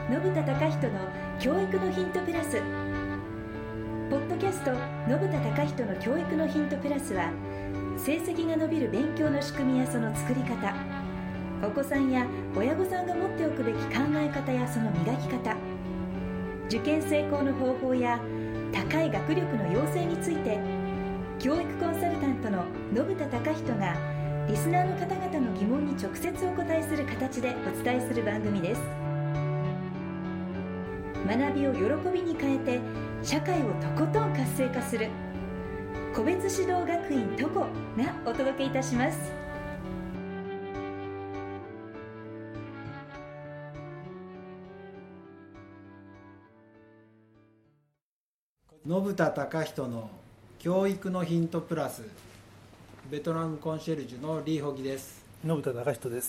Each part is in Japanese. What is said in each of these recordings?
信田貴人の教育のヒントプラス。ポッドキャスト信田貴人の教育のヒントプラスは、成績が伸びる勉強の仕組みやその作り方、お子さんや親御さんが持っておくべき考え方やその磨き方、受験成功の方法や高い学力の養成について、教育コンサルタントの信田貴人がリスナーの方々の疑問に直接お答えする形でお伝えする番組です。学びを喜びに変えて社会をとことん活性化する個別指導学院トコがお届けいたします。 信田貴人の教育のヒントプラス、ベトナムコンシェルジュのリーホギです。 信田貴人です。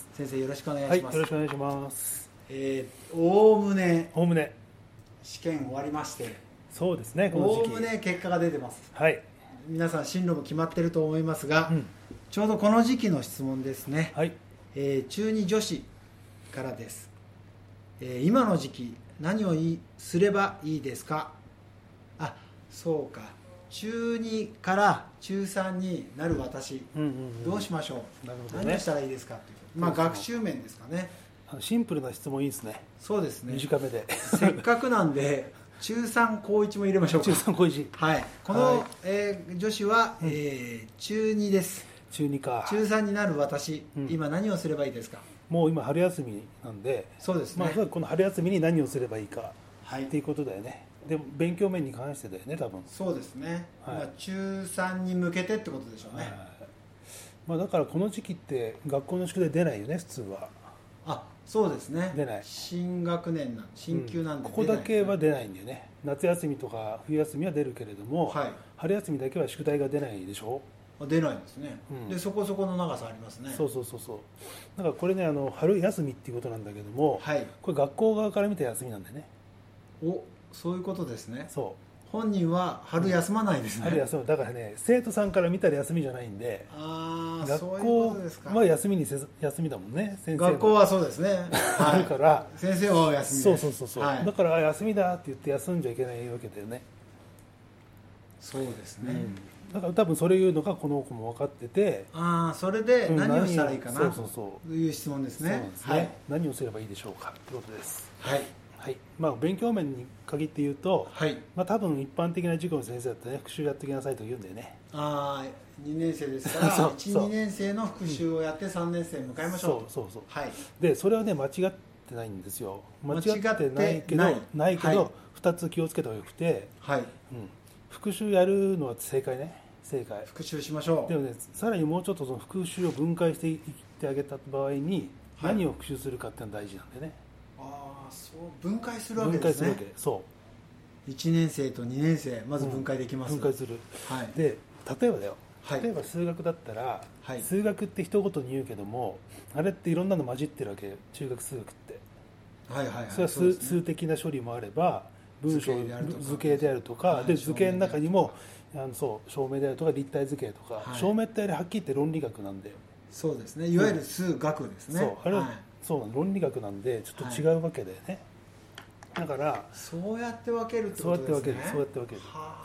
先生よろしくお願いします。 はい、よろしくお願いします。 おおむね試験終わりまして、 そうですね、この時期おおむね結果が出てます。 はい、 皆さん進路も決まってると思いますが、ちょうどこの時期の質問ですね。 はい、 中2女子からです。今の時期何をすればいいですか。そうか、中2から中3になる私、どうしましょう、 なるほどね、 何をしたらいいですかという、学習面ですかね。 シンプルな質問いいですね。 そうですね、 短めでせっかくなんで中3高1も入れましょうか。 中3高1、 はい、この、女子は、中2です。 中2か。 中3になる私、今何をすればいいですか。 もう今春休みなんで、 そうですね、 この春休みに何をすればいいかっていうことだよね。でも勉強面に関してだよね、多分。 そうですね、中3に向けてってことでしょうね。 だからこの時期って学校の宿題出ないよね、普通は。 そうですね、 出ない。 新学年新級なんで、 ここだけは出ないんだよね。夏休みとか冬休みは出るけれども、春休みだけは宿題が出ないでしょ。 出ないですね、でそこそこの長さありますね。 そうだからこれね、春休みっていうことなんだけども、これ学校側から見た休みなんだよね。 そういうことですね。 そう、 本人は春休まないですね。 春休む、だからね、生徒さんから見たら休みじゃないんで、学校は休みだもんね、先生。 学校はそうですね、 だから先生は休みです。 そう、だから休みだって言って休んじゃいけないわけだよね。 そうですね、 だから多分それいうのがこの子も分かってて、 それで何をしたらいいかなという質問ですね。 そうですね、何をすればいいでしょうかということです。 はい、 勉強面に限って言うと、多分一般的な授業の先生だったらね、復習やってきなさいと言うんだよね。 2年生ですから1、2年生の復習をやって3年生に迎えましょうと。 でそれはね、間違ってないんですよ。間違ってないけど2つ気をつけた方がよくて、復習やるのは正解ね、正解。 復習しましょう。 でもね、さらにもうちょっとその復習を分解していってあげた場合に、何を復習するかっていうのが大事なんでね。 そう分解するわけですね。そう1年生と2年生まず分解できます。 分解する、で例えば数学だったら、数学って一言に言うけども、あれっていろんなの混じってるわけよ、中学数学って。それは数的な処理もあれば、文章図形であるとか、で図形の中にも証明であるとか立体図形とか、証明ってあれはっきり言って論理学なんだよ。 そうですね、いわゆる数学ですね。 あれは論理学なんでちょっと違うわけだよね。だからそうやって分けるってことですね。 そうやって分ける。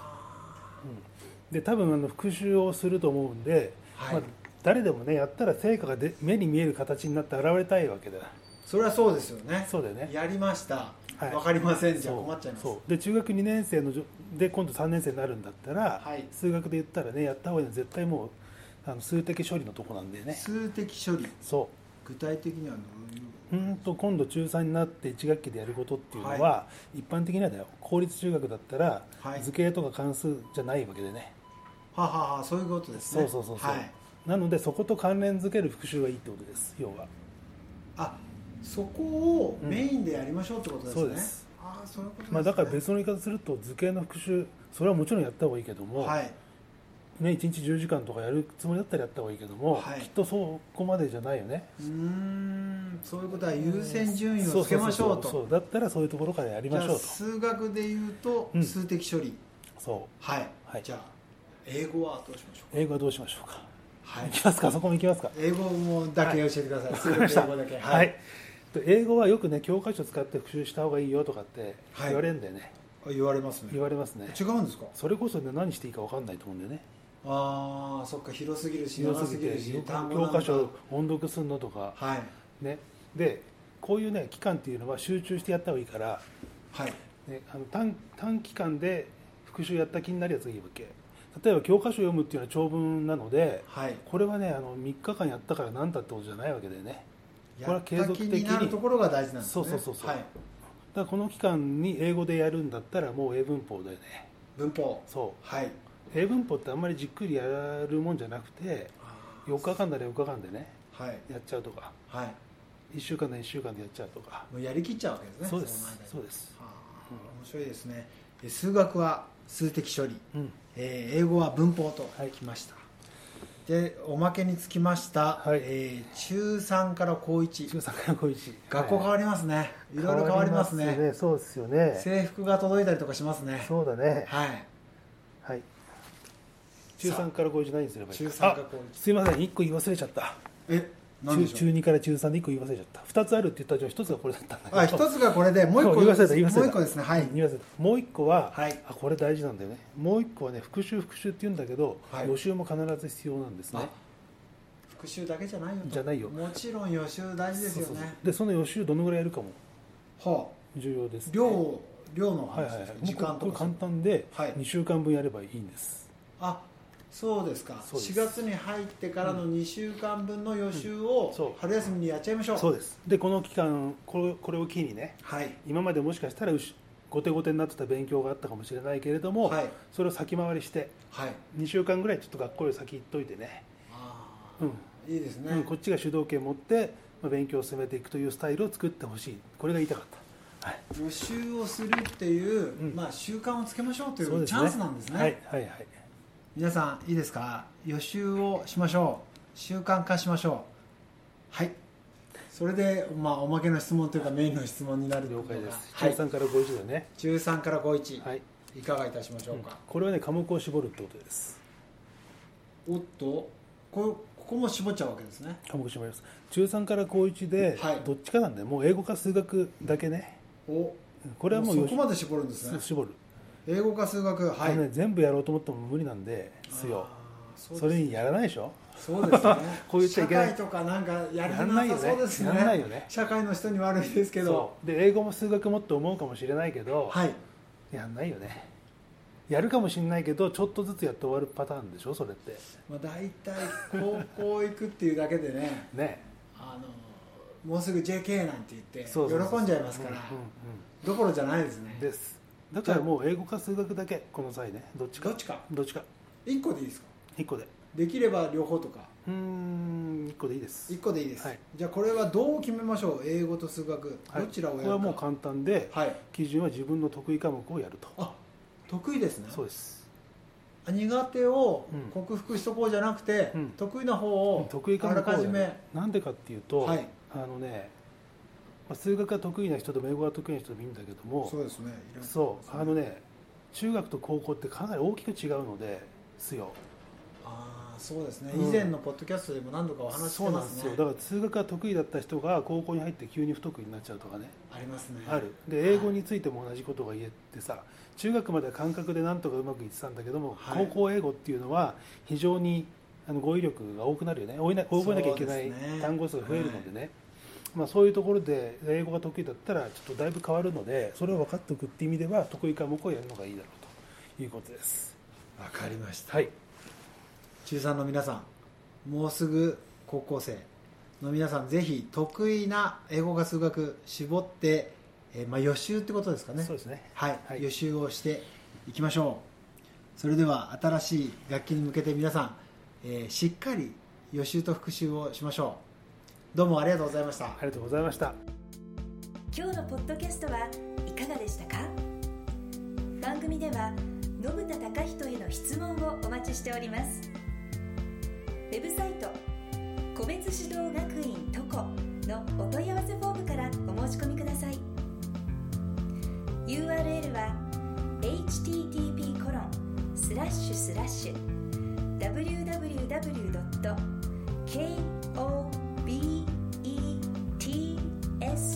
で多分復習をすると思うんで、誰でもね、やったら成果が目に見える形になって現れたいわけだ。 それはそうですよね。 そうだよね。 やりました、分かりませんじゃ困っちゃいます。 で中学2年生で今度3年生になるんだったら、数学で言ったらね、やった方がいいのは絶対もう数的処理のとこなんでね。数的処理、具体的には今度中3になって1学期でやることっていうのは、一般的にはだよ、公立中学だったら、図形とか関数じゃないわけでね。 そういうことですね。 なのでそこと関連づける復習がいいってことです、要は。 そこをメインでやりましょうってことですね。 そうです。だから別の言い方すると、図形の復習、それはもちろんやった方がいいけども、1日10時間とかやるつもりだったらやった方がいいけども、きっとそこまでじゃないよね。 そういうことは優先順位をつけましょうと。 だったらそういうところからやりましょうと。 数学でいうと数的処理、じゃあ英語はどうしましょうか。 英語はどうしましょうか。いきますか、そこもいきますか。 英語もだけ教えてください。数学英語だけ。 英語はよくね教科書使って復習した方がいいよとかって言われるんだよね、 言われますね。 言われますね。 違うんですか？ それこそね何していいか分かんないと思うんだよね。 ああ、そっか、広すぎるし長すぎるし、 教科書音読するのとか、 はいね、でこういうね期間っていうのは集中してやった方がいいから、 はいね、短期間で復習やった気になるやつがいいわけ。例えば教科書読むっていうのは長文なので、 はい、 これはね3日間やったから何だってことじゃないわけでね。これは継続的にやった気になるところが大事なんですね。 そう、 はい、 だからこの期間に英語でやるんだったらもう英文法だよね。 文法。 そう、 はい、 英文法ってあんまりじっくりやるもんじゃなくて4日間なら4日間でね、 はい、 やっちゃうとか、 はい、 1週間なら1週間でやっちゃうとか、 もうやりきっちゃうわけですね。 そうです、そうです。 面白いですね。数学は数的処理、英語は文法ときました、でおまけにつきました、中3から高1、学校変わりますね、いろいろ変わりますね。 そうですよね。 制服が届いたりとかしますね。 そうだね。 はい、 中3から高1何すればいいか。 中3から高1、 すいません、1個言い忘れちゃった。中2から中3で1個言い忘れちゃった。2つあるって言ったうちの1つがこれだったんだけど、 1つがこれでもう1個言い忘れた。 もう1個ですね。はい、 もう1個は、 これ大事なんだよね。もう1個はね復習って言うんだけど、予習も必ず必要なんですね。 復習だけじゃないよと。 じゃないよ。 もちろん予習大事ですよね。 でその予習どのぐらいやるかも重要ですね。量の話です。時間とか。これ簡単で2週間分やればいいんです。 そうですか。4月に入ってからの2週間分の予習を春休みにやっちゃいましょう。 そうです。でこの期間これを機にね、今までもしかしたら後手後手になってた勉強があったかもしれないけれども、それを先回りして、2週間ぐらいちょっと学校より先行っといてね、 いいですね、 こっちが主導権を持って勉強を進めていくというスタイルを作ってほしい。これが言いたかった。 予習をするっていう、習慣をつけましょうというチャンスなんですね。皆さんいいですか？予習をしましょう。習慣化しましょう。はい。それで、おまけの質問というかメインの質問になる了解です。中3から高1だね。 中3から高1、いかがいたしましょうか？ これはね、科目を絞るってことです。 おっと、ここも絞っちゃうわけですね。 科目絞ります。中3から高1で、どっちかなんだよ。もう英語か数学だけね。これはもうそこまで絞るんですね。 絞る。 英語か数学、 全部やろうと思っても無理なんですよ。それにやらないでしょ。 そうですね。 こう言っちゃいけない。 社会とかなんかやらないよね。そうですね。やらないよね。社会の人に悪いですけど。 で英語も数学もって思うかもしれないけど、やらないよね。やるかもしれないけどちょっとずつやって終わるパターンでしょ、それって。 大体高校行くっていうだけでね。もうすぐ JK なんて言って喜んじゃいますから。どころじゃないですね。 です。だからもう英語か数学だけこの際ね、どっちか 1個でいいですか ？1個でできれば両方とか 1個でいいです。 1個でいいです、じゃあこれはどう決めましょう？英語と数学どちらをやるか。 これはもう簡単で、基準は自分の得意科目をやると。 得意ですね。 そうです。 苦手を克服しとこうじゃなくて、得意な方をあらかじめ。 なんでかっていうと、数学が得意な人と英語が得意な人でもいいんだけども、 そうですね。 中学と高校ってかなり大きく違うのですよ。 そうですね。以前のポッドキャストでも何度かお話ししてますね。 そうなんですよ。だから数学が得意だった人が高校に入って急に不得意になっちゃうとかね。 ありますね。 ある。で英語についても同じことが言えてさ、中学までは感覚でなんとかうまくいってたんだけども、高校英語っていうのは非常に語彙力が多くなるよね。覚えなきゃいけない単語数が増えるのでね。そういうところで英語が得意だったらちょっとだいぶ変わるので、それを分かっておくっていう意味では得意科目をやるのがいいだろうということです。 わかりました。中3の皆さん、もうすぐ高校生の皆さん、ぜひ得意な英語か数学絞って、予習ってことですかね。 そうですね。 予習をしていきましょう。それでは新しい学期に向けて皆さん、しっかり予習と復習をしましょう。どうもありがとうございました。 ありがとうございました。 今日のポッドキャストはいかがでしたか？番組では信田貴人への質問をお待ちしております。ウェブサイト個別指導学院トコのお問い合わせフォームからお申し込みください。 URL は http://www.kobetsudo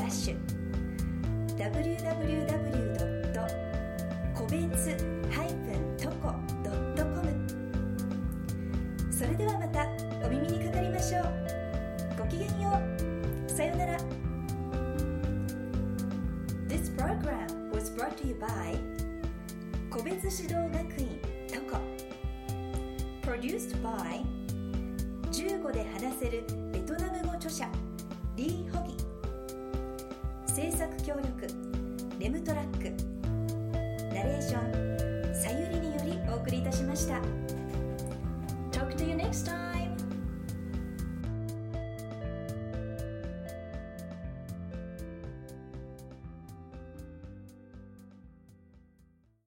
www.kobetsu-toko.com。 それではまたお耳にかかりましょう。ごきげんよう。さようなら。This program was brought to you by 個別指導学院トコ。 Produced by 15で話せるベトナム語著者リー・ホギ。制作協力レムトラック。ナレーションさゆりによりお送りいたしました。Talk to you next time.